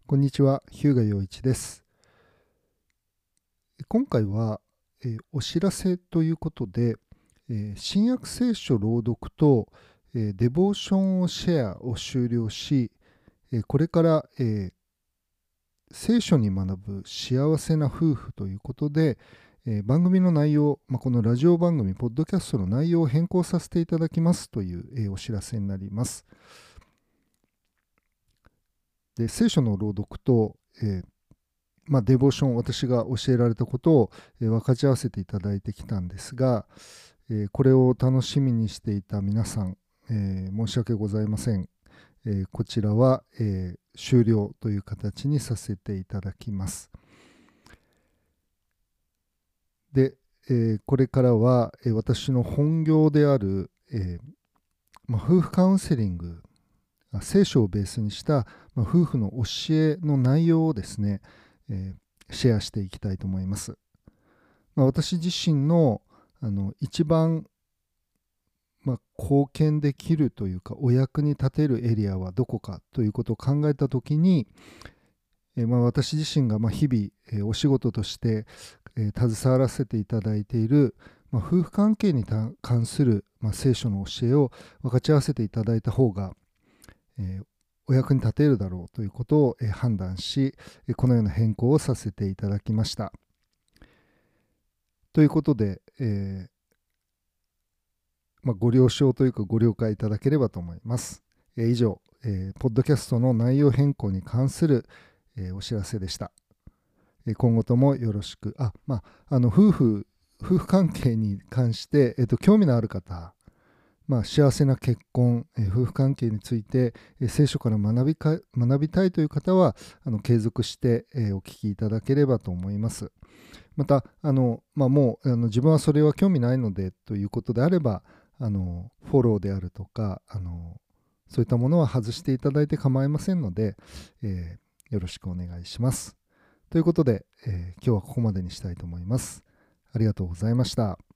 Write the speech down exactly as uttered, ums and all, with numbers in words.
こんにちは、日向陽一です。今回は、えーお知らせということで、えー新約聖書朗読と、えーデボーションをシェアを終了し、えーこれから、えー聖書に学ぶ幸せな夫婦ということで、えー番組の内容、まあ、このラジオ番組、ポッドキャストの内容を変更させていただきますという、えーお知らせになります。で、聖書の朗読と、えーまあ、デボーション、私が教えられたことを、えー分かち合わせていただいてきたんですが、えーこれを楽しみにしていた皆さん、えー申し訳ございません。えーこちらは、えー終了という形にさせていただきます。で、えーこれからは、えー私の本業である、えーまあ、夫婦カウンセリング、あ聖書をベースにした、まあ、夫婦の教えの内容をですね、えーシェアしていきたいと思います。まあ、私自身のあの一番、まあ、貢献できるというかお役に立てるエリアはどこかということを考えたときに、えーまあ、私自身がまあ日々、えーお仕事として、えー携わらせていただいている、まあ、夫婦関係に関する、まあ、聖書の教えを分かち合わせていただいた方が、えーお役に立てるだろうということを、えー判断し、えーこのような変更をさせていただきました。ということで、えーまあ、ご了承というかご了解いただければと思います。えー以上、えーポッドキャストの内容変更に関する、えーお知らせでした。えー今後ともよろしく。あ、まあ、あの夫婦、夫婦関係に関して、えーと、興味のある方、まあ、幸せな結婚、えー夫婦関係について、えー聖書から学びか学びたいという方は、あの継続して、えーお聞きいただければと思います。また、あの、まあ、もうあの自分はそれは興味ないのでということであれば、あのフォローであるとか、あのそういったものは外していただいて構いませんので、えーよろしくお願いします。ということで、えー今日はここまでにしたいと思います。ありがとうございました。